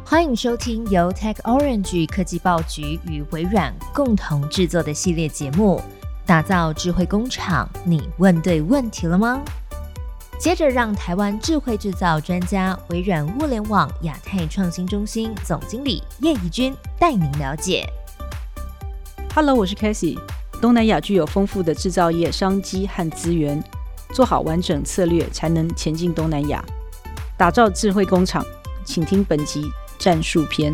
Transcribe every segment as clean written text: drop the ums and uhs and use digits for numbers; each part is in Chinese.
欢迎收听由 TechOrange 科技报局与微软共同制作的系列节目，打造智慧工厂，你问对问题了吗？接着让台湾智慧制造专家、微软物联网亚太创新中心总经理叶怡君带您了解。 Hello， 我是 Cassie。东南亚具有丰富的制造业商机和资源，做好完整策略才能前进东南亚，打造智慧工厂。请听本集战术篇。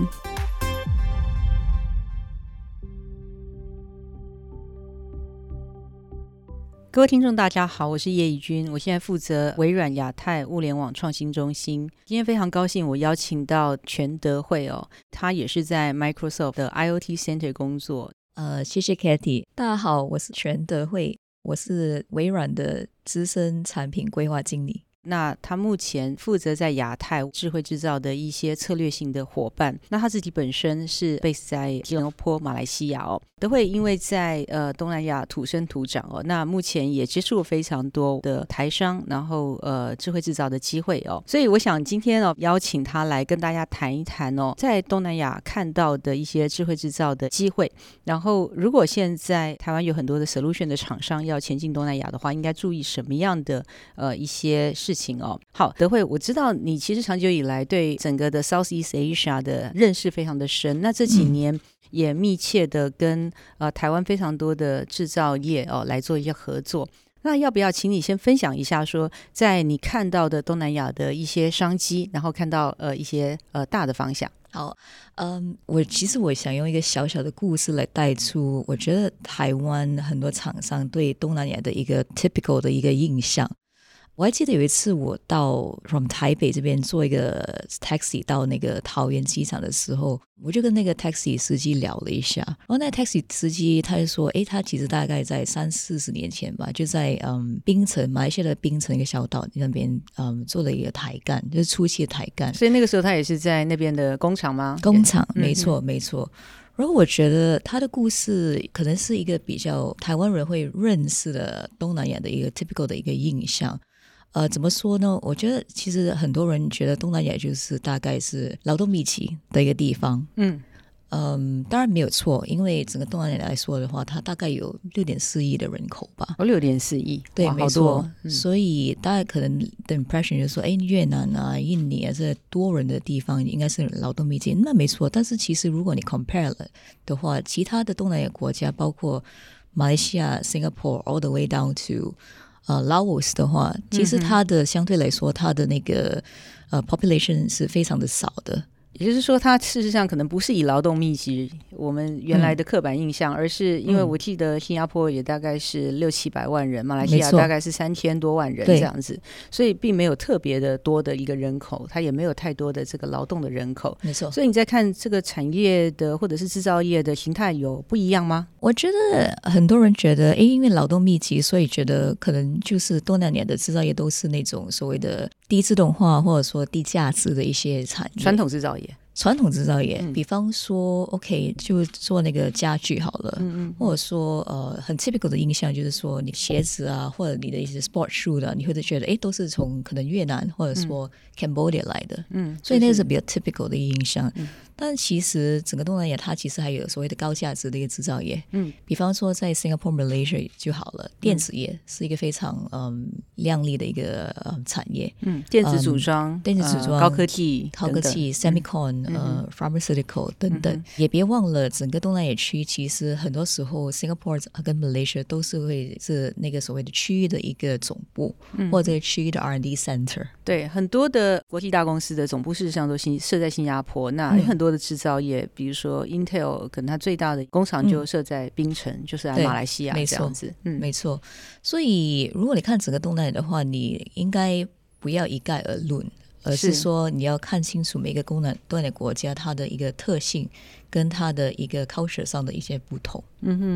各位听众大家好，我是叶怡君，我现在负责微软亚太物联网创新中心。今天非常高兴我邀请到全德惠他也是在 Microsoft 的 IoT Center 工作。 谢谢 Katie。 大家好，我是全德惠，我是微软的资深产品规划经理。 那他目前负责在亚太智慧制造的一些策略性的伙伴，那他自己本身是 base 在吉隆坡马来西亚德惠因为在东南亚土生土长那目前也接触了非常多的台商，然后智慧制造的机会所以我想今天邀请他来跟大家谈一谈在东南亚看到的一些智慧制造的机会，然后如果现在台湾有很多的 solution 的厂商要前进东南亚的话，应该注意什么样的一些事情好，德惠，我知道你其实长久以来对整个的 Southeast Asia 的认识非常的深，那这几年也密切的跟台湾非常多的制造业来做一些合作。那要不要请你先分享一下说在你看到的东南亚的一些商机，然后看到一些大的方向。 好，其实我想用一个小小的故事来带出我觉得台湾很多厂商对东南亚的一个 typical 的一个印象。我还记得有一次我到 from 台北这边坐一个 taxi 到那个桃园机场的时候，我就跟那个 taxi 司机聊了一下，然后那个 taxi 司机他就说他其实大概在30-40年前吧，就在槟城，马来西亚的槟城一个小岛那边做了一个台干，就是初期的台干。 所以那个时候他也是在那边的工厂吗？ 工厂，没错没错。然后我觉得他的故事可能是一个比较台湾人会认识的东南亚的一个 typical 的一个印象。怎么说呢？我觉得其实很多人觉得东南亚就是大概是劳动密集的一个地方。当然没有错，因为整个东南亚来说的话，它大概有6.4亿的人口吧。 6.4亿， 对，没错。所以大家可能的 impression 就是说，越南啊、印尼啊这多人的地方应该是劳动密集，那没错。但是其实如果你 compare 了的话，其他的东南亚国家，包括马来西亚、Singapore all the way down to Laos 的话，其实它的相对来说它的那个population 是非常的少的。 也就是说它事实上可能不是以劳动密集我们原来的刻板印象，而是因为我记得新加坡也大概是600-700万人，马来西亚大概是3000多万人这样子，所以并没有特别的多的一个人口，它也没有太多的这个劳动的人口。 没错。 所以你在看这个产业的或者是制造业的形态有不一样吗？ 我觉得很多人觉得因为劳动密集，所以觉得可能就是东南亚的制造业都是那种所谓的低自动化或者说低价值的一些产业， 传统制造业。 比方说 OK 就做那个家具好了，或者说很 typical 的印象就是说你鞋子啊，或者你的一些 sport shoe 的，你会觉得都是从可能越南或者说 Cambodia 来的，所以那个是比较 typical 的印象。但其实整个东南亚它其实还有所谓的高价值的一个制造业，比方说在 Singapore Malaysia 就好了，电子业是一个非常亮丽的一个产业， 电子组装、高科技 Semicon pharmaceutical 等等。也别忘了整个东南亚区其实很多时候 Singapore 跟 Malaysia 都是会是那个所谓的区域的一个总部，或者区域的 R&D center。 对，很多的国际大公司的总部事实上都设在新加坡，那有很多的制造业比如说 Intel 可能它最大的工厂就设在槟城，就是在马来西亚这样子。 没错。所以如果你看整个东南亚的话，你应该不要一概而论，而是说你要看清楚每个东南亚国家它的一个特性跟它的一个 culture 上的一些不同。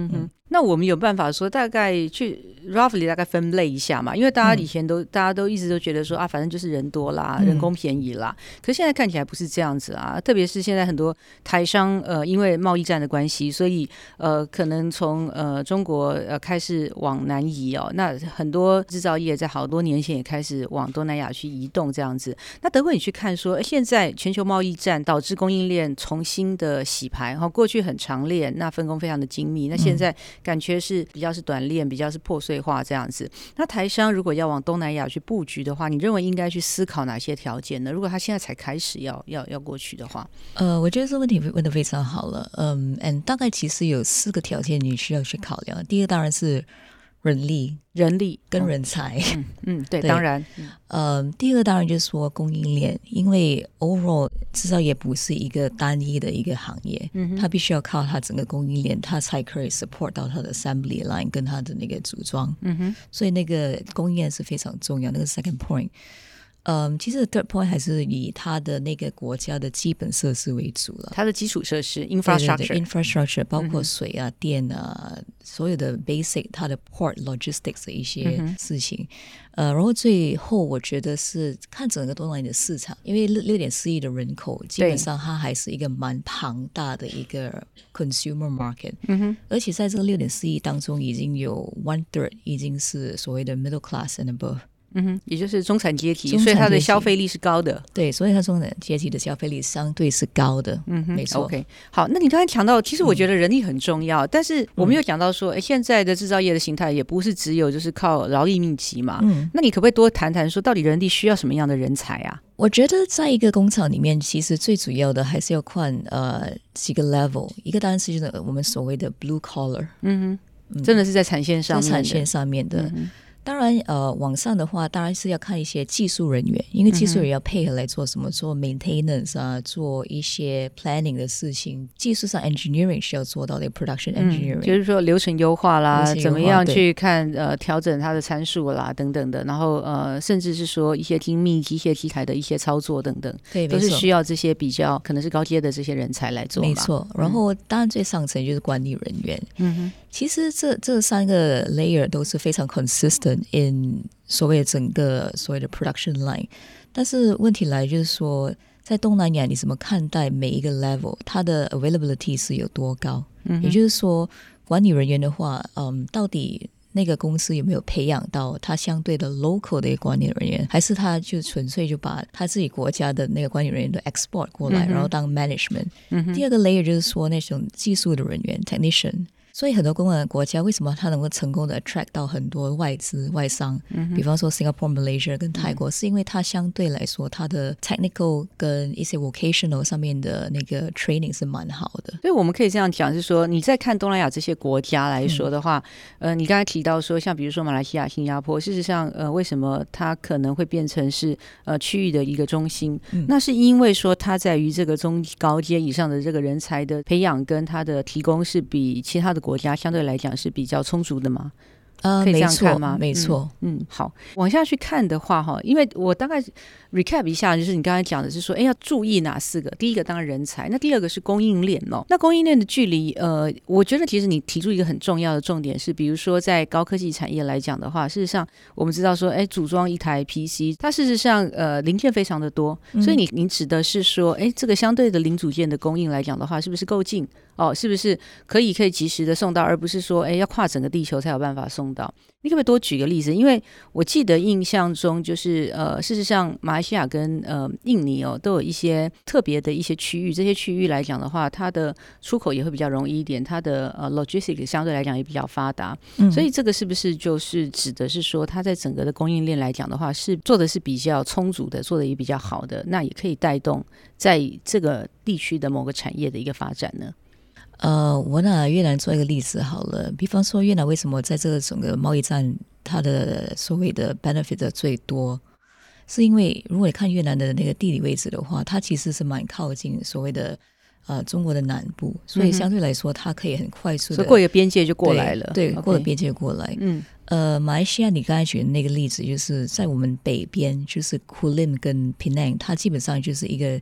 那我们有办法说大概去 roughly 大概分类一下嘛？因为大家以前大家都一直都觉得说啊，反正就是人多啦，人工便宜啦。可是现在看起来不是这样子啊，特别是现在很多台商因为贸易战的关系，所以可能从中国开始往南移哦。那很多制造业在好多年前也开始往东南亚去移动这样子。那德惠你去看说，现在全球贸易战导致供应链重新的洗牌，过去很长链，那分工非常的精密，那现在感觉是比较是短链，比较是破碎化这样子。那台商如果要往东南亚去布局的话，你认为应该去思考哪些条件呢？如果他现在才开始要过去的话， 我觉得这个问题问得非常好了。大概其实有4个条件你需要去考量。第一个当然是人力跟人才， 对，当然， 第二个当然就是说供应链，因为 overall 制造业不是一个单一的一个行业，它必须要靠它整个供应链，它才可以 support 到它的 assembly line 跟它的那个组装，所以那个供应链是非常重要。那个 second point。其实 third point 还是以它的那个国家的基本设施为主了， 它的基础设施 infrastructure， 对 infrastructure 包括水啊、电啊，所有的 basic 它的 port logistics 的一些事情。然后最后我觉得是看整个东南亚的市场，因为6.4亿的人口，基本上它还是一个蛮庞大的一个 consumer market，而且在这个6.4亿当中，已经有 1/3 已经是所谓的 middle class and above。 也就是中产阶级，所以它的消费力是高的。 对，所以它中产阶级的消费力相对是高的。没错。 OK， 好，那你刚才讲到，其实我觉得人力很重要，但是我们有讲到说，现在的制造业的形态也不是只有就是靠劳力密集嘛。那你可不可以多谈谈说，到底人力需要什么样的人才啊？ 我觉得在一个工厂里面，其实最主要的还是要看几个 level， 一个当然是我们所谓的 blue collar， 真的是在产线上面的。 当然网上的话当然是要看一些技术人员，因为技术人员要配合来做什么，做 maintenance 啊，做一些 planning 的事情，技术上 engineering 需要做到的 production engineering， 就是说流程优化啦，怎么样去看调整它的参数啦等等的，然后甚至是说一些精密机械机台的一些操作等等， 对， 都是需要这些比较可能是高阶的这些人才来做。 没错。然后当然最上层就是管理人员。其实这3个 layer 都是非常 consistent in 所谓的整个所谓的 production line， 但是问题来就是说，在东南亚你怎么看待每一个 level 它的 availability 是有多高？也就是说，管理人员的话，到底那个公司有没有培养到他相对的 local 的一个管理人员，还是他就纯粹就把他自己国家的那个管理人员都 export 过来，然后当 management。第二个 layer 就是说那种技术的人员 technician。所以很多东南亚国家为什么它能够成功的 attract 到很多外资外商，比方说 Singapore、Malaysia 跟泰国，是因为它相对来说它的 technical 跟一些 vocational 上面的那个 training 是蛮好的。 所以我们可以这样讲，是说你在看东南亚这些国家来说的话，你刚才提到说像比如说马来西亚、新加坡，事实上为什么它可能会变成是区域的一个中心，那是因为说它在于这个中高阶以上的这个人才的培养跟它的提供是比其他的国家相对来讲是比较充足的吗？可以这样看吗？ 没错。 好，往下去看的话因为我大概 recap 一下，就是你刚才讲的是说要注意哪4个，第一个当然人才，那第二个是供应链那供应链的距离我觉得其实你提出一个很重要的重点是，比如说在高科技产业来讲的话，事实上我们知道说组装一台 PC 它事实上零件非常的多，所以你指的是说这个相对的零组件的供应来讲的话，是不是够近是不是可以及时的送到，而不是说要跨整个地球才有办法送到。你可不可以多举个例子？因为我记得印象中就是事实上马来西亚跟印尼都有一些特别的一些区域，这些区域来讲的话，它的出口也会比较容易一点，它的logistics 相对来讲也比较发达，所以这个是不是就是指的是说它在整个的供应链来讲的话，是做的是比较充足的，做的也比较好的，那也可以带动在这个地区的某个产业的一个发展呢？ 我拿越南做一个例子好了，比方说越南为什么在这个整个贸易战它的所谓的 benefit 最多，是因为如果你看越南的那个地理位置的话，它其实是蛮靠近所谓的中国的南部，所以相对来说它可以很快速的， 所以过一个边界就过来了。 对，过了边界过来。马来西亚你刚才举的那个例子，就是在我们北边，就是 Kulim 跟 Penang， 它基本上就是一个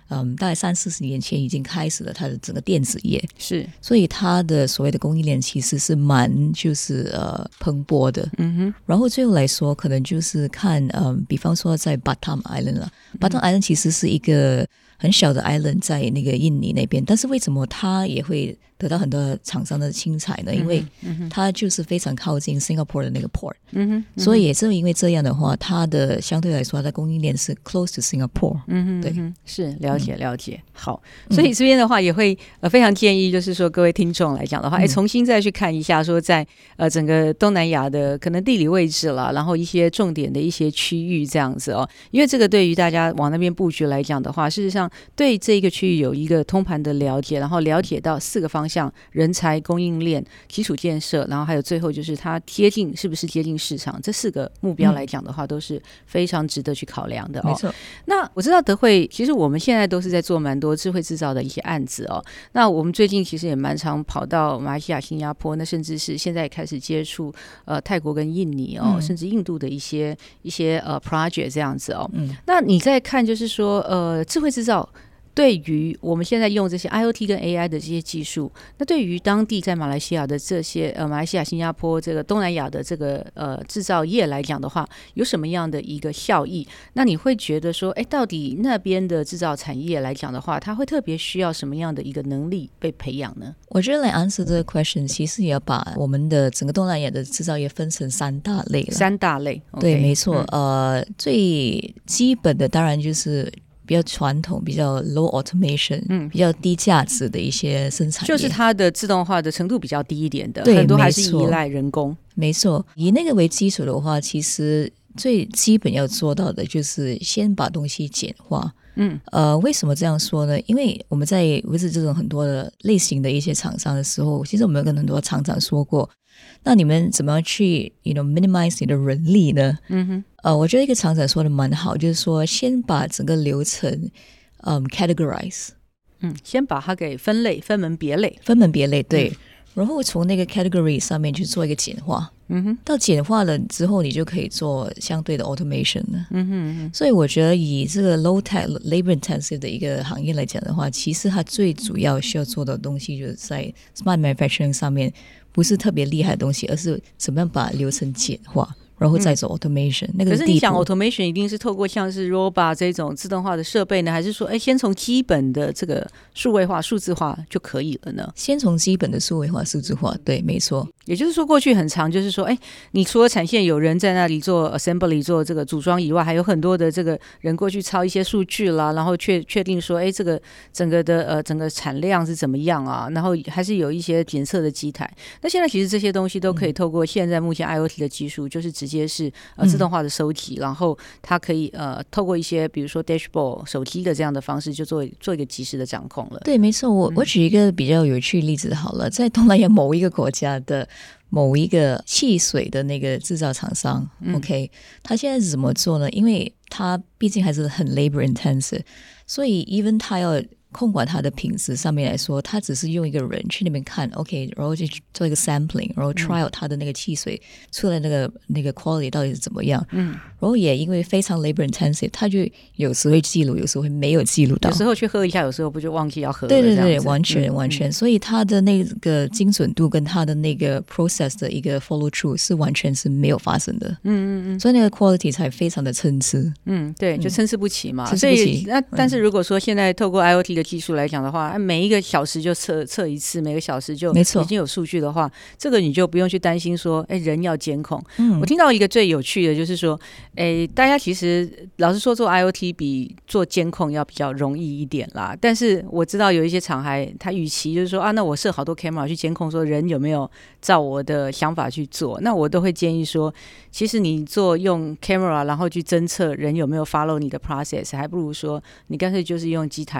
大概30-40年前已经开始了它的整个电子业， 是， 所以它的所谓的供应链其实是蛮就是蓬勃的。然后最后来说，可能就是看比方说在 Batam Island 了，Batam Island 其实是一个很小的 island 在那个印尼那边，但是为什么它也会得到很多厂商的青睐呢？因为它就是非常靠近 Singapore 的那个 port，所以也正因为这样的话，它的相对来说它的供应链是 close to Singapore。对， 是了解了解。好，所以这边的话也会非常建议，就是说各位听众来讲的话，重新再去看一下，说在整个东南亚的可能地理位置啦，然后一些重点的一些区域这样子哦，因为这个对于大家往那边布局来讲的话，事实上对这一个区域有一个通盘的了解，然后了解到4个方向：人才、供应链、基础建设，然后还有最后就是它是不是接近市场，这4个目标来讲的话，都是非常值得去考量的哦。 没错。 那我知道德惠，其实我们现在都是在做蛮多智慧制造的一些案子哦。那我们最近其实也蛮常跑到马来西亚、新加坡，那甚至是现在也开始接触泰国跟印尼哦，甚至印度的一些project 这样子哦。那你在看就是说智慧制造对于我们现在用这些 IoT 跟 AI 的这些技术，那对于当地在马来西亚的这些马来西亚、新加坡这个东南亚的这个制造业来讲的话，有什么样的一个效益？那你会觉得说，到底那边的制造产业来讲的话，它会特别需要什么样的一个能力被培养呢？ 我觉得来 answer 这个 question， 其实也要把我们的整个东南亚的制造业分成3大类了。 3大类， 对，没错。最基本的当然就是比较传统、比较 low automation，比较低价值的一些生产业， 就是它的自动化的程度比较低一点的， 对， 很多还是依赖人工。 没错，以那个为基础的话，其实最基本要做到的就是先把东西简化。为什么这样说呢？因为我们在维持这种很多的类型的一些厂商的时候，其实我们有跟很多厂长说过，那你们怎么样去 minimize 你的人力呢？我觉得一个厂长说的蛮好，就是说先把整个流程categorize， 先把它给分类、分门别类， 对，然后从那个 category 上面去做一个简化。到简化了之后，你就可以做相对的 automation 了。所以我觉得以这个 low tech labor intensive 的一个行业来讲的话，其实它最主要需要做的东西就是在 smart manufacturing 上面，不是特别厉害的东西，而是怎么样把流程简化，然后再走 automation，那个可是你想 automation 一定是透过像是 robot 这种自动化的设备呢，还是说先从基本的这个数位化、数字化就可以了呢？ 先从基本的数位化、数字化，对，没错。 也就是说过去很长，就是说你除了产线有人在那里做 assembly 做这个组装以外，还有很多的这个人过去抄一些数据啦，然后确定说这个整个的整个产量是怎么样啊，然后还是有一些检测的机台。那现在其实这些东西都可以透过现在目前 IoT 的技术，就是直接是自动化的收集，然后它可以透过一些比如说 dashboard 手机的这样的方式，就做一个及时的掌控了。 对，没错。我举一个比较有趣的例子好了，在东南亚某一个国家的某一个汽水的那个制造厂商，OK， 他现在是怎么做呢？因为他毕竟还是很 labor intensive， 所以 even 他要控管它的品质上面来说，他只是用一个人去那边看 OK， 然后就做一个 sampling， 然后 trial 他的那个汽水出来那个 quality 到底是怎么样。然后也因为非常 labor intensive， 他就有时会记录，有时候会没有记录到， 有时候去喝一下，有时候不就忘记要喝了。 对，完全所以他的那个精准度跟他的那个 process 的一个 follow through 是完全是没有发生的。所以那个 quality 才非常的参差。 对，就参差不齐嘛。所以但是如果说现在透过 IoT 的技术来讲的话，每一个小时就测一次，每个小时就已经有数据的话，这个你就不用去担心说人要监控。我听到一个最有趣的就是说大家其实老实说做 IoT 比做监控要比较容易一点啦，但是我知道有一些厂还他与其就是说那我设好多 camera 去监控说人有没有照我的想法去做，那我都会建议说其实你做用 camera 然后去侦测人有没有 follow 你的 process， 还不如说你干脆就是用机台的这个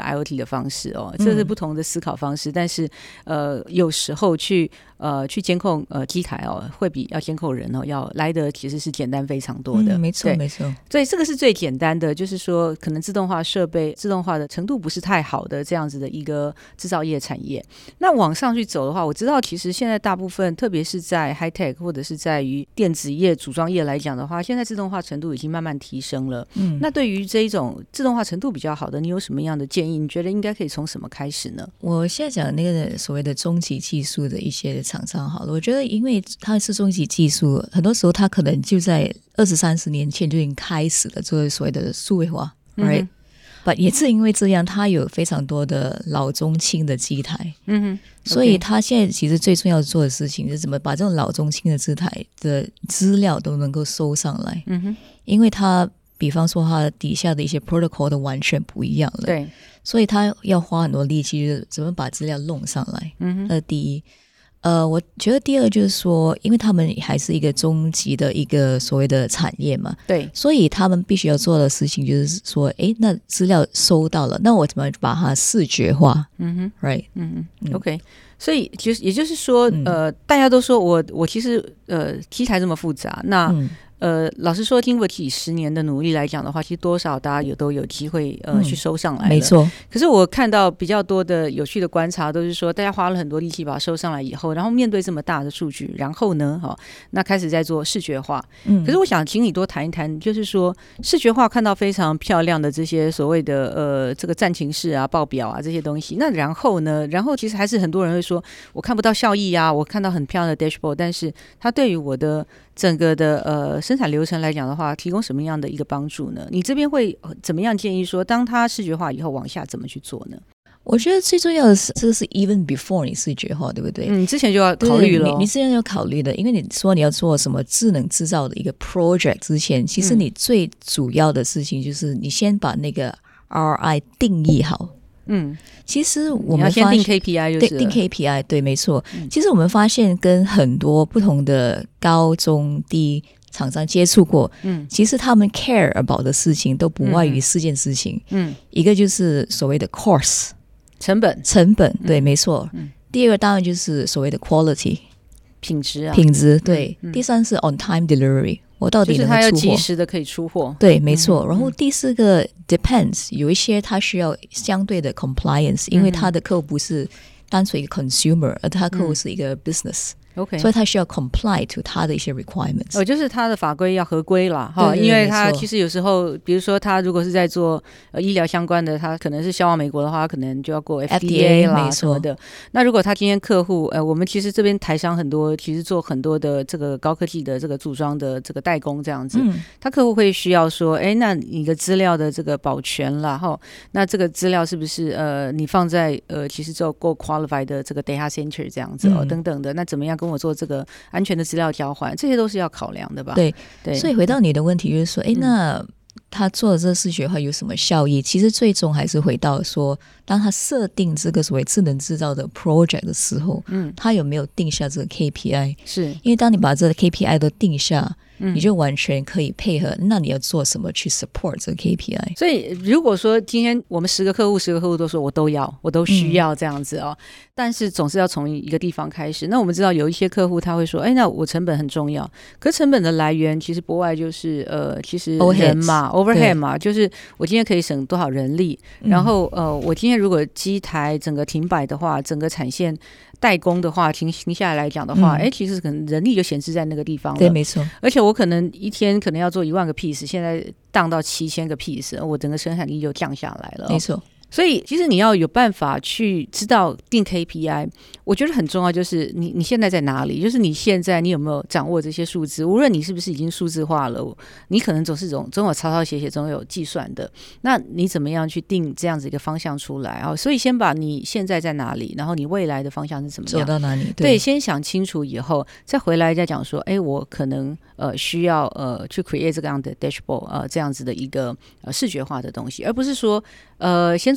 IoT 的方式哦，这是不同的思考方式，但是有时候去监控机台哦，会比要监控人哦要来的其实是简单非常多的。 没错没错。 所以这个是最简单的，就是说可能自动化设备自动化的程度不是太好的这样子的一个制造业产业。那往上去走的话，我知道其实现在大部分特别是在 high tech 或者是在于电子业组装业来讲的话，现在自动化程度已经慢慢提升了。那对于这一种自动化程度比较好的，你有什么样的建议？你觉得应该可以从什么开始呢？ 我现在讲那个所谓的终极技术的一些厂商好了，我觉得因为它是终极技术，很多时候它可能就在20-30年前就已经开始了做所谓的数位化，right？也是因为这样，它有非常多的老中青的机台，所以它现在其实最重要做的事情是怎么把这种老中青的机台的资料都能够收上来，因为它比方说它底下的一些 protocol 都完全不一样了， 对， 所以它要花很多力气，就是怎么把资料弄上来。第一。我觉得第二就是说，因为他们还是一个终极的一个所谓的产业嘛， 对， 所以他们必须要做的事情就是说，那资料收到了，那我怎么把它视觉化？right， OK。所以其实也就是说，大家都说我其实机台这么复杂，那老实说，经过几10年的努力来讲的话，其实多少大家都有机会去收上来了， 没错。 可是我看到比较多的有趣的观察，都是说大家花了很多力气把它收上来以后，然后面对这么大的数据，然后呢，那开始在做视觉化。可是我想请你多谈一谈，就是说视觉化看到非常漂亮的这些所谓的这个战情室啊、报表啊这些东西，那然后呢，然后其实还是很多人会说，我看不到效益啊，我看到很漂亮的 dashboard， 但是它对于我的整个的生产流程来讲的话，提供什么样的一个帮助呢？你这边会怎么样建议说，当它视觉化以后往下怎么去做呢？ 我觉得最重要的是，这个是 even before 你视觉化，对不对？ 你之前就要考虑了， 你之前要考虑的，因为你说你要做什么智能制造的一个 project 之前，其实你最主要的事情就是你先把那个 RI 定义好。其实我们先定 KPI 就是定 KPI， 对，没错。其实我们发现跟很多不同的高中低厂商接触过，其实他们 care about 的事情都不外于4件事情，一个就是所谓的 cost 成本，对，没错。第二个当然就是所谓的 quality 品质，对。第三是 on time delivery， 我到底能不能出货，就是它要及时的可以出货， 对，没错。然后第4个 depends， 有一些它需要相对的 compliance， 因为它的客户不是单纯一个 consumer， 而它客户是一个 business。Okay. 所以他需要 comply to 他的一些 requirements， 就是他的法规要合规啦，因为他其实有时候比如说他如果是在做医疗相关的，他可能是销往美国的话，他可能就要过 FDA 啦什么的。那如果他今天客户我们其实这边台商很多，其实做很多的这个高科技的这个组装的这个代工这样子，他客户会需要说那你的资料的这个保全啦，那这个资料是不是你放在其实就够 qualified 的这个 data center 这样子等等的，那怎么样跟我做这个安全的资料交换，这些都是要考量的吧？对， 所以回到你的问题就是说，那他做的这个视觉化有什么效益？其实最终还是回到说，当他设定这个所谓智能制造的 project 的时候，他有没有定下这个 KPI？ 是因为当你把这个 KPI 都定下，你就完全可以配合，那你要做什么去 support 这个 KPI。 所以如果说今天我们10个客户都说我都要，我都需要这样子但是总是要从一个地方开始。那我们知道有一些客户他会说那我成本很重要，可成本的来源其实不外就是其实人嘛 overhead 嘛，就是我今天可以省多少人力，然后我今天如果机台整个停摆的话，整个产线代工的话停下来讲的话，其实可能人力就闲置在那个地方了。 对，没错。 而且我可能一天可能要做1万个 piece， 现在降到7000个 piece， 我整个生产力就降下来了。 没错。 所以其实你要有办法去知道定 KPI， 我觉得很重要，就是你现在在哪里，就是你现在你有没有掌握这些数字，无论你是不是已经数字化了，你可能总有抄抄写写，总有计算的，那你怎么样去定这样子一个方向出来所以先把你现在在哪里，然后你未来的方向是怎么样， 走到哪里， 对，先想清楚以后再回来再讲说我可能需要去 create 这样的 dashboard 这样子的一个视觉化的东西，而不是说先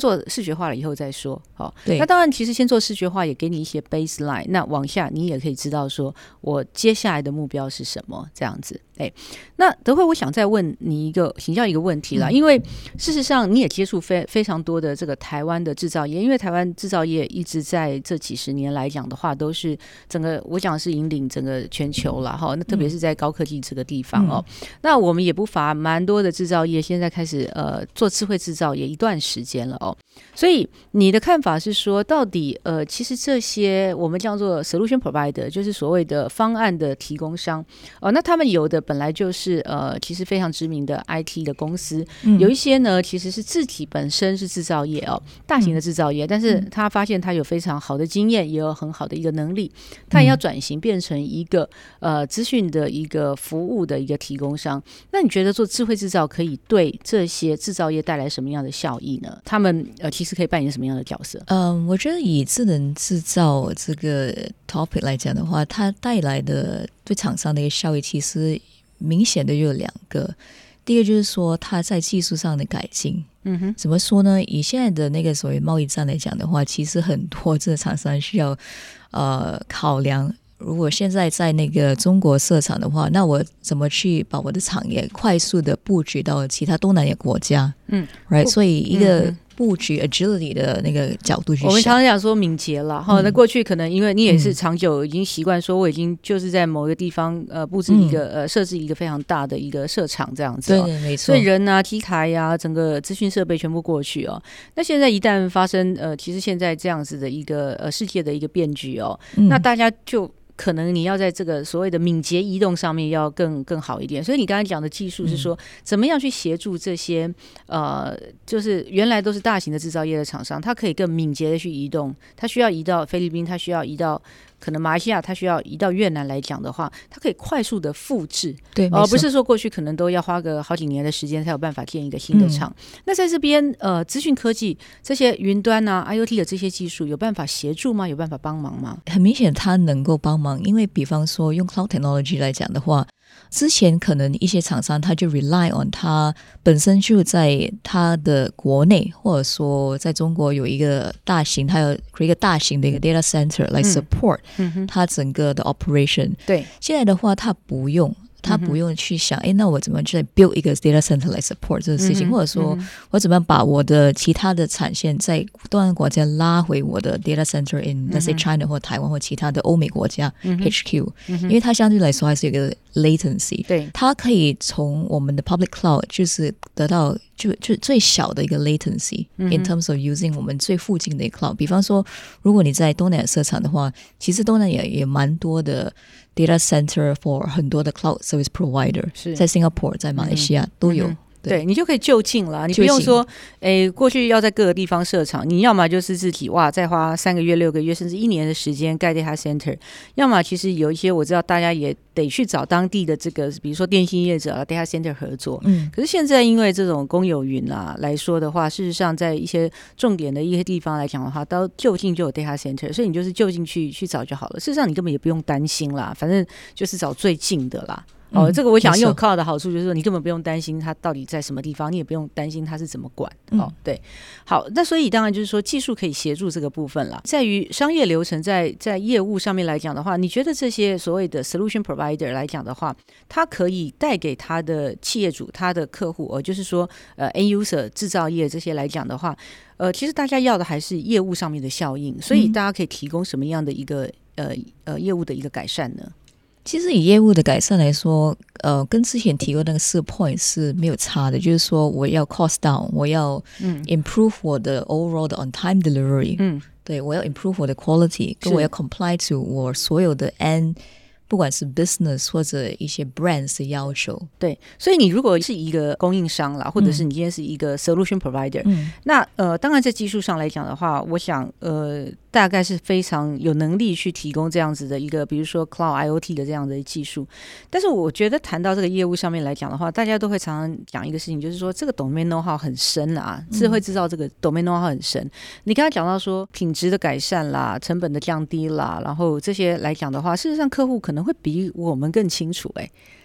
做视觉化了以后再说。 对， 那当然其实先做视觉化也给你一些 baseline， 那往下你也可以知道说我接下来的目标是什么这样子。那德惠，我想再问你请教一个问题啦，因为事实上你也接触非常多的这个台湾的制造业，因为台湾制造业一直在这几十年来讲的话，都是整个我讲是引领整个全球啦，那特别是在高科技这个地方那我们也不乏蛮多的制造业现在开始做智慧制造也一段时间了所以你的看法是说，到底其实这些我们叫做 solution provider， 就是所谓的方案的提供商那他们有的本来就是其实非常知名的 IT 的公司，有一些呢其实是自体本身是制造业大型的制造业，但是他发现他有非常好的经验，也有很好的一个能力，他也要转型变成一个资讯的一个服务的一个提供商。那你觉得做智慧制造可以对这些制造业带来什么样的效益呢？他们其实可以扮演什么样的角色？ 我觉得以智能制造这个 topic 来讲的话，它带来的对厂商的一个效益其实明显的有两个。第一个就是说它在技术上的改进。怎么说呢？以现在的那个所谓贸易战来讲的话，其实很多这个厂商需要考量，如果现在在那个中国设厂的话，那我怎么去把我的产业快速的布局到其他东南亚国家right？ 所以一个布局 agility 的那个角度去想， 我们常常讲说敏捷啦那过去可能因为你也是长久已经习惯说我已经就是在某个地方布置一个设置一个非常大的一个设厂这样子对，没错。 所以人啊机台啊整个资讯设备全部过去那现在一旦发生其实现在这样子的一个世界的一个变局那大家就可能你要在这个所谓的敏捷移动上面要更好一点。所以你刚才讲的技术是说怎么样去协助这些就是原来都是大型的制造业的厂商，它可以更敏捷的去移动，它需要移到菲律宾，它需要移到可能马来西亚，它需要移到越南来讲的话，它可以快速的复制， 对， 不是说过去可能都要花个好几年的时间才有办法建一个新的厂。那在这边资讯科技这些云端啊 IoT 的这些技术有办法协助吗？有办法帮忙吗？ 很明显它能够帮忙，因为比方说用 Cloud Technology 来讲的话，之前可能一些厂商他就 rely on 他本身就在他的国内，或者说在中国有一个大型，他有 create 一个大型的一个 data center 来 support 他整个的 operation。对，现在的话他不用去想那我怎么去 build 一个 data center 来 support 这个事情，或者说我怎么把我的其他的产线在东南亚国家拉回我的 data center in let's say China 或台湾或其他的欧美国家HQ，因为它相对来说还是有一个 latency， 对，它可以从我们的 public cloud 就是得到就最小的一个 latency in terms of using 我们最附近的一个 cloud。 比方说如果你在东南亚设厂的话，其实东南亚也蛮多的data center for 很多的 cloud service provider， 在 Singapore 在马来西亚都有。 对，你就可以就近了，你不用说过去要在各个地方设厂，你要么就是自己再花3个月6个月甚至1年的时间盖 data center， 要么其实有一些我知道大家也得去找当地的这个比如说电信业者data center 合作。可是现在因为这种公有云来说的话，事实上在一些重点的一些地方来讲的话，到就近就有 data center， 所以你就是就近去找就好了。事实上你根本也不用担心啦，反正就是找最近的啦。这个我想用 cloud 的好处就是说你根本不用担心它到底在什么地方，你也不用担心它是怎么管。对，好，那所以当然就是说技术可以协助这个部分啦。在于商业流程在业务上面来讲的话，你觉得这些所谓的 solution provider 来讲的话，它可以带给他的企业主他的客户就是说end user 制造业这些来讲的话其实大家要的还是业务上面的效应，所以大家可以提供什么样的一个业务的一个改善呢？ 其实以业务的改善来说跟之前提过那个4 point 是没有差的，就是说我要 cost down， 我要 improve 我的 overall 的 on time delivery，对，我要 improve 我的 quality， 跟我要 comply to 我所有的 end不管是 business 或者一些 brands 的要求。 对，所以你如果是一个供应商啦，或者是你今天是一个 solution provider，那当然在技术上来讲的话，我想大概是非常有能力去提供这样子的一个比如说 cloud IoT 的这样的技术。但是我觉得谈到这个业务上面来讲的话，大家都会常常讲一个事情，就是说这个 domain know-how 很深啊，智慧制造这个 domain know-how 很深。你刚才讲到说品质的改善啦，成本的降低啦，然后这些来讲的话，事实上客户可能会比我们更清楚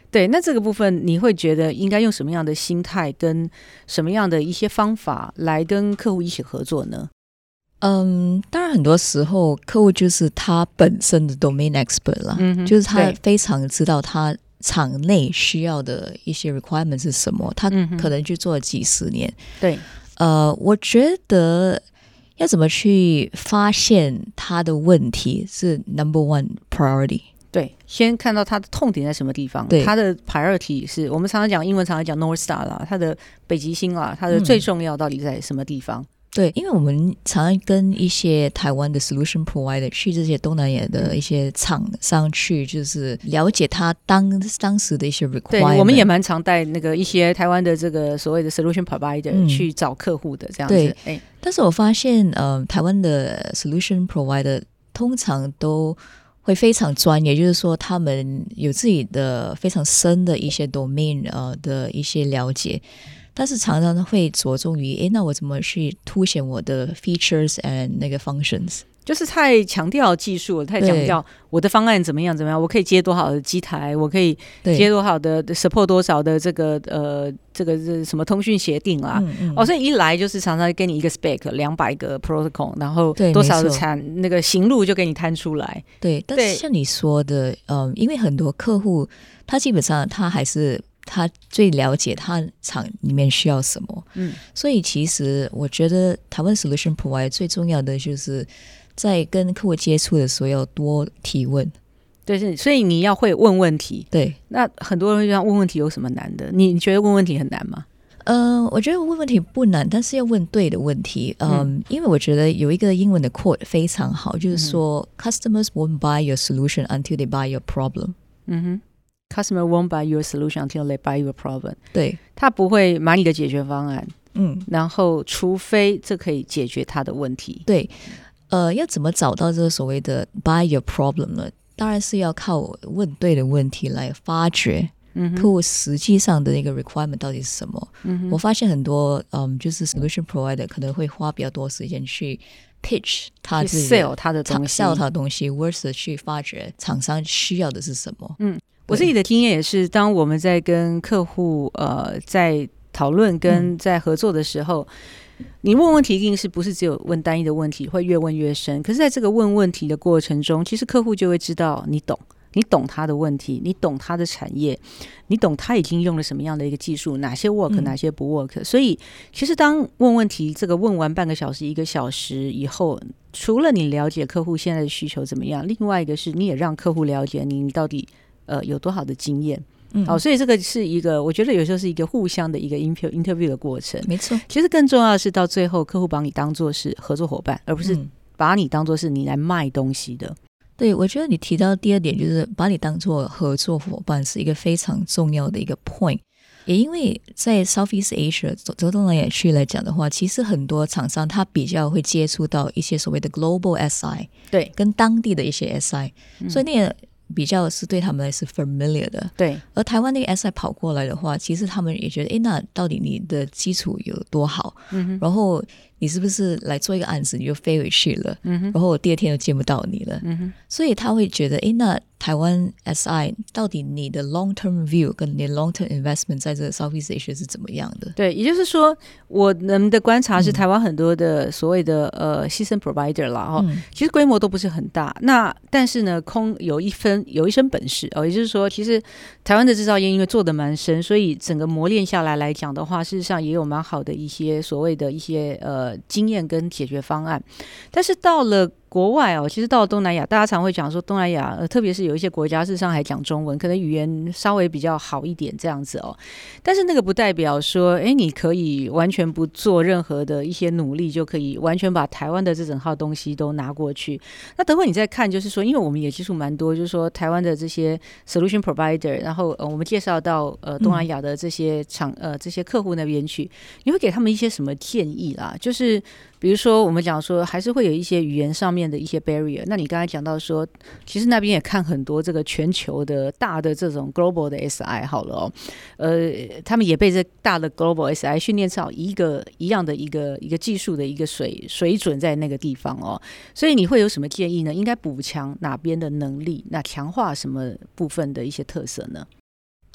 对，那这个部分你会觉得应该用什么样的心态跟什么样的一些方法来跟客户一起合作呢？ 当然很多时候客户就是他本身的 domain expert 啦，就是他非常知道他场内需要的一些 requirement 是什么，他可能去做了几十年。 对， 我觉得要怎么去发现他的问题是 number one priority。 对，先看到他的痛点在什么地方，他的 priority 是我们常常讲英文常常讲 North Star 啦，他的北极星啦，他的最重要到底在什么地方。 对，因为我们常常跟一些台湾的 solution provider 去这些东南亚的一些厂商去，就是了解他当时的一些 requirement。对， 我们也蛮常带那个一些台湾的这个所谓的 solution provider 去找客户的这样子。 对，但是我发现台湾的 solution provider 通常都会非常专业，就是说他们有自己的非常深的一些 domain 的一些了解。但是常常会着重于那我怎么去凸显我的 features and 那个 functions， 就是太强调技术了，太强调我的方案怎么样，我可以接多少的机台，我可以接多少的 support 多少的这个什么通讯协定啦。所以一来就是常常给你一个 spec 200个 protocol， 然后多少的那个行路就给你摊出来。 对，但是像你说的因为很多客户他基本上他还是他最了解他厂里面需要什么，所以其实我觉得台湾 solution provider 最重要的就是在跟客户接触的时候要多提问。 对，所以你要会问问题。 对， 那很多人会讲问问题有什么难的？你觉得问问题很难吗？ 我觉得问问题不难，但是要问对的问题。因为我觉得有一个英文的 quote 非常好，就是说customers won't buy your solution until they buy your problem。 Customer won't buy your solution until they buy your problem。 对，他不会买你的解决方案，然后除非这可以解决他的问题。 对，要怎么找到这个所谓的 buy your problem 呢？当然是要靠问对的问题来发掘客户实际上的那个 requirement 到底是什么。我发现很多就是 solution provider 可能会花比较多时间去pitch 他自己 sell 他的东西 sell 他的东西 versus 去发掘厂商需要的是什么。 我自己的经验也是，当我们在跟客户在讨论跟在合作的时候，你问问题一定是不是只有问单一的问题，会越问越深。可是在这个问问题的过程中，其实客户就会知道你懂他的问题，你懂他的产业，你懂他已经用了什么样的一个技术，哪些 work 哪些不 work。所以其实当问问题这个问完半个小时1个小时以后，除了你了解客户现在的需求怎么样，另外一个是你也让客户了解你到底有多好的经验。所以这个是一个我觉得有时候是一个互相的一个 interview 的过程。 没错， 其实更重要的是到最后客户把你当作是合作伙伴，而不是把你当作是你来卖东西的。 对，我觉得你提到第二点就是把你当作合作伙伴是一个非常重要的一个 point。也因为在 Southeast Asia 东南亚区来讲的话，其实很多厂商他比较会接触到一些所谓的 global SI， 对， 跟当地的一些 SI，所以那个比较是对他们来是 familiar 的。 对， 而台湾那个 SI 跑过来的话，其实他们也觉得那到底你的基础有多好，然后你是不是来做一个案子你就飞回去了，然后我第二天就见不到你了，所以他会觉得那台湾 SI 到底你的 long term view 跟你的 long term investment 在这个 Southeast Asia 是怎么样的。 对，也就是说我们的观察是台湾很多的所谓的system provider 啦，其实规模都不是很大，那但是呢有一身本事也就是说其实台湾的制造业因为做得蛮深，所以整个磨练下来讲的话，事实上也有蛮好的一些所谓的一些经验跟解决方案。但是到了国外其实到了东南亚，大家常会讲说东南亚特别是有一些国家事实上还讲中文，可能语言稍微比较好一点这样子但是那个不代表说你可以完全不做任何的一些努力就可以完全把台湾的这整套东西都拿过去。那等会你再看就是说，因为我们也接触蛮多就是说台湾的这些 solution provider， 然后我们介绍到东南亚的这些这些客户那边去，你会给他们一些什么建议啦？就是比如说我们讲说还是会有一些语言上面的一些 barrier， 那你刚才讲到说其实那边也看很多这个全球的大的这种 global 的 SI 好了他们也被这大的 global SI 训练到一样的一个技术的一个水准在那个地方所以你会有什么建议呢？应该补强哪边的能力，那强化什么部分的一些特色呢？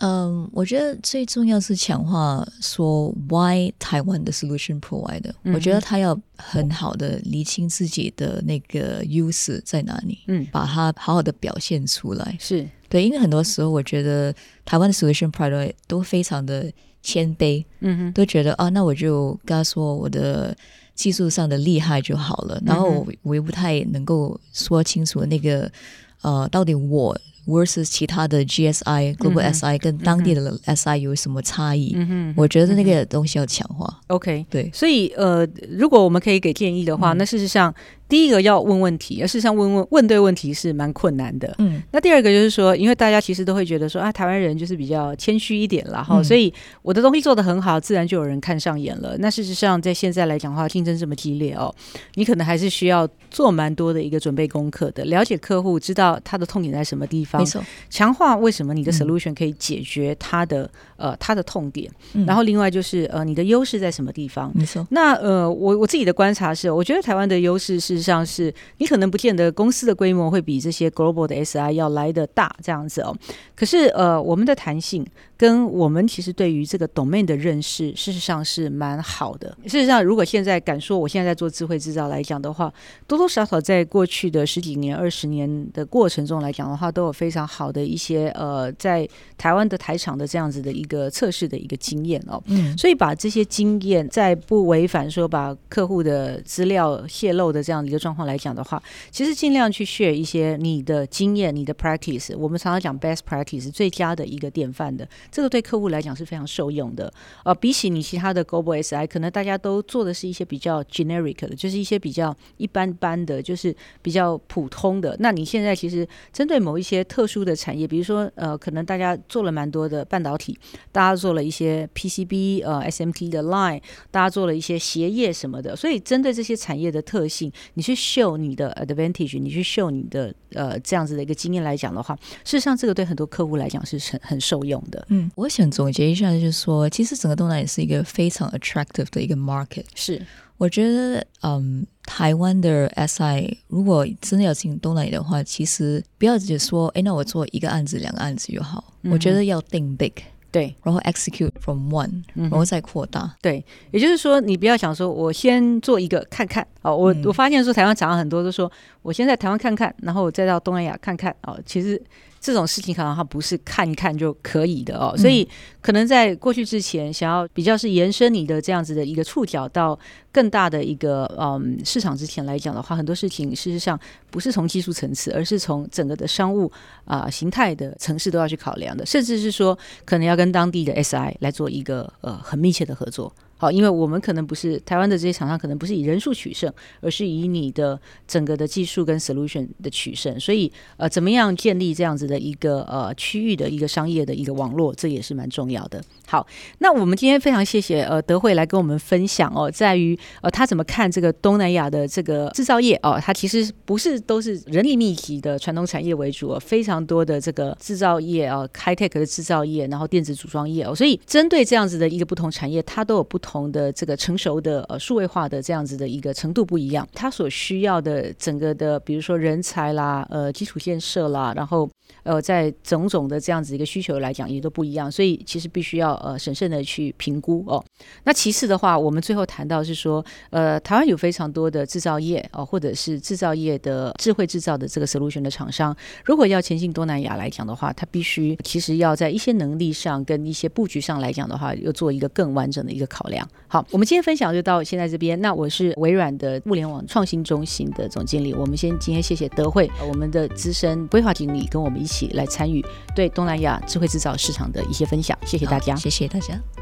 我觉得最重要是强化说 why 台湾的 solution provider，我觉得他要很好的厘清自己的那个优势在哪里，把它好好的表现出来。 是对，因为很多时候我觉得台湾的 solution provider 都非常的谦卑，都觉得那我就跟他说我的技术上的厉害就好了，然后我也不太能够说清楚那个到底我versus 其他的 GSI Global SI 跟当地的 SI 有什么差异，我觉得那个东西要强化。 OK， 对， 所以如果我们可以给建议的话，那事实上第一个要问问题，事实上问对问题是蛮困难的。那第二个就是说，因为大家其实都会觉得说台湾人就是比较谦虚一点啦，所以我的东西做得很好，自然就有人看上眼了。那事实上在现在来讲的话，竞争这么激烈你可能还是需要做蛮多的一个准备功课的，了解客户，知道他的痛点在什么地方， 没错， 强化为什么你的 solution 可以解决他的痛点，然后另外就是你的优势在什么地方。 没错。 那我自己的观察是，我觉得台湾的优势事实上是你可能不见得公司的规模会比这些 global 的 SI 要来得大这样子可是我们的弹性跟我们其实对于这个 domain 的认识事实上是蛮好的。事实上如果现在敢说我现在在做智慧制造来讲的话，多多少少在过去的10几年20年的过程中来讲的话，都有非常好的一些在台湾的台厂的这样子的一个测试的一个经验所以把这些经验在不违反说把客户的资料泄露的这样的一个状况来讲的话，其实尽量去 share 一些你的经验，你的 practice， 我们常常讲 best practice 最佳的一个典范的，这个对客户来讲是非常受用的比起你其他的 global SI 可能大家都做的是一些比较 generic 的，就是一些比较一般般的，就是比较普通的。那你现在其实针对某一些特殊的产业，比如说可能大家做了蛮多的半导体，大家做了一些 PCB SMT 的 line， 大家做了一些鞋业什么的，所以针对这些产业的特性，你去 show 你的 advantage， 你去 show 你的这样子的一个经验来讲的话，事实上这个对很多客户来讲是很受用的。 我想总结一下，就是说其实整个东南亚是一个非常 attractive 的一个 market。 是， 我觉得台湾的 SI 如果真的要进东南亚的话，其实不要只说那我做一个案子2个案子就好，我觉得要think big， 对， 然后 execute from one，然后再扩大。 对，也就是说你不要想说我先做一个看看我发现说台湾常常很多都说我先在台湾看看，然后我再到东南亚看看其实这种事情可能它不是看一看就可以的所以可能在过去之前想要比较是延伸你的这样子的一个触角到更大的一个市场之前来讲的话，很多事情事实上不是从技术层次，而是从整个的商务形态的层次都要去考量的，甚至是说可能要跟当地的 SI 来做一个很密切的合作。因为我们可能不是台湾的这些厂商，可能不是以人数取胜，而是以你的整个的技术跟 solution 的取胜，所以怎么样建立这样子的一个区域的一个商业的一个网络，这也是蛮重要的。好，那我们今天非常谢谢德慧来跟我们分享在于他怎么看这个东南亚的这个制造业它其实不是都是人力密集的传统产业为主非常多的这个制造业high tech 的制造业，然后电子组装业所以针对这样子的一个不同产业，它都有不同的这个成熟的数位化的这样子的一个程度不一样，它所需要的整个的比如说人才啦基础建设啦，然后在种种的这样子一个需求来讲也都不一样，所以其实必须要审慎的去评估那其次的话，我们最后谈到是说台湾有非常多的制造业或者是制造业的智慧制造的这个 solution 的厂商，如果要前进东南亚来讲的话，它必须其实要在一些能力上跟一些布局上来讲的话，又做一个更完整的一个考量。好，我们今天分享就到现在这边。那我是微软的物联网创新中心的总经理，我们今天谢谢德慧我们的资深规划经理跟我们一起来参与对东南亚智慧制造市场的一些分享，谢谢大家。 谢谢大家。